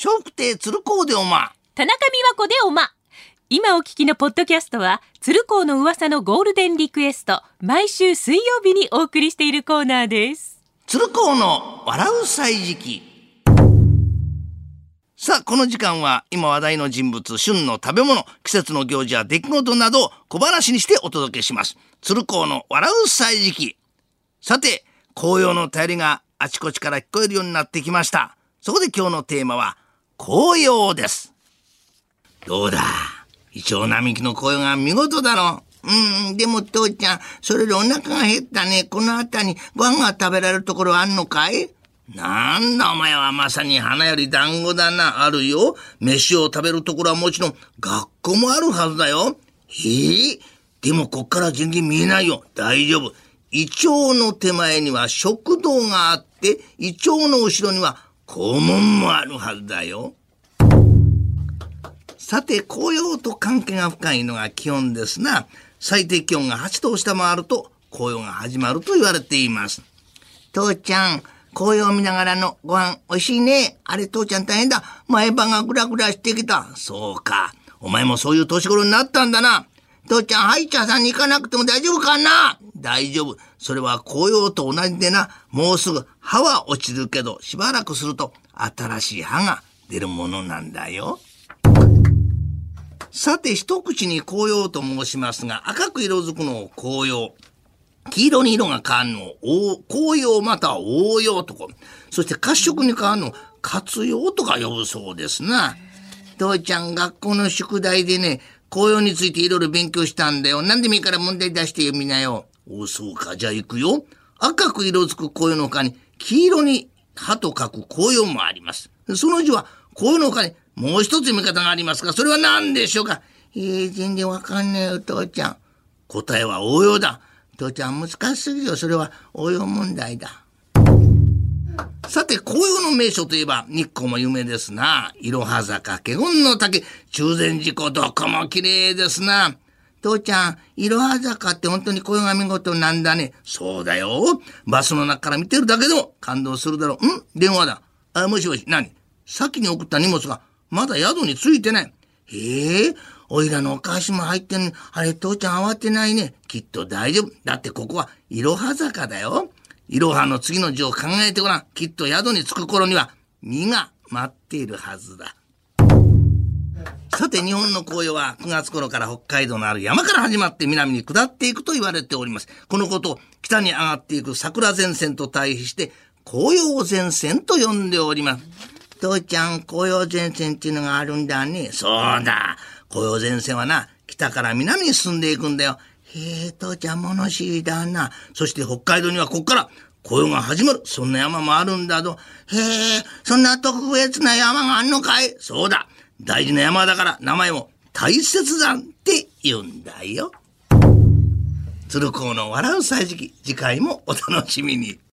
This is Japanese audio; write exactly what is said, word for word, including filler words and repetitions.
笑福亭鶴光でおま。 田中美和子でおま。今お聞きのポッドキャストは鶴光の噂のゴールデンリクエスト、毎週水曜日にお送りしているコーナーです。 鶴光の笑う歳時記。さあ、この時間は今話題の人物、旬の食べ物、季節の行事や出来事などを小話にしてお届けします。鶴光の笑う歳時記。さて、紅葉の便りがあちこちから聞こえるようになってきました。そこで今日のテーマは紅葉です。どうだ、イチョウ並木の紅葉が見事だろう。うん、でも父ちゃん、それでお腹が減ったね。この辺りにご飯が食べられるところはあんのかい？なんだお前はまさに花より団子だな。あるよ。飯を食べるところはもちろん学校もあるはずだよ。ええ、でもこっから全然見えないよ。大丈夫。イチョウの手前には食堂があって、イチョウの後ろには校門もあるはずだよ。さて、紅葉と関係が深いのが気温ですな。最低気温がはちどを下回ると紅葉が始まると言われています。父ちゃん、紅葉を見ながらのご飯おいしいね。あれ父ちゃん大変だ。前歯がグラグラしてきた。そうか。お前もそういう年頃になったんだな。父ちゃん、歯医者さんに行かなくても大丈夫かな？大丈夫。それは紅葉と同じでな。もうすぐ歯は落ちるけど、しばらくすると新しい歯が出るものなんだよ。さて、一口に紅葉と申しますが、赤く色づくのを紅葉。黄色に色が変わるのを紅葉または黄葉とこう。そして褐色に変わるのを活葉とか呼ぶそうですな。父ちゃん、学校の宿題でね、紅葉についていろいろ勉強したんだよ。何でもいいから問題出して読みなよ。お、そうか。じゃあ行くよ。赤く色づく紅葉の他に黄色に葉と書く紅葉もあります。その字は紅葉の他にもう一つ見方がありますが、それは何でしょうか？えー、全然わかんないよ、父ちゃん。答えは黄葉だ。父ちゃん、難しすぎるよ。それは応用問題だ。さて、紅葉の名所といえば日光も有名ですな。いろは坂、華厳の滝、中禅寺湖、どこも綺麗ですな。父ちゃん、いろは坂って本当に紅葉が見事なんだね。そうだよ。バスの中から見てるだけでも感動するだろう。ん？電話だ。あ、もしもし、何？先に送った荷物がまだ宿に着いてない。へえ、おいらのお菓子も入ってんね。あれ、父ちゃん慌てないね。きっと大丈夫。だってここはいろは坂だよ。いろはの次の字を考えてごらん。きっと宿に着く頃には実が待っているはずだ。さて、日本の紅葉はくがつ頃から北海道のある山から始まって南に下っていくと言われております。このことを北に上がっていく桜前線と対比して紅葉前線と呼んでおります。父ちゃん、紅葉前線っていうのがあるんだね。そうだ。紅葉前線はな、北から南に進んでいくんだよ。へえ、父ちゃん物知りだな。そして北海道にはこっから紅葉が始まる。そんな山もあるんだぞ。へえ、そんな特別な山があんのかい？そうだ。大事な山だから名前も大雪山って言うんだよ。鶴光の笑う歳時記。次回もお楽しみに。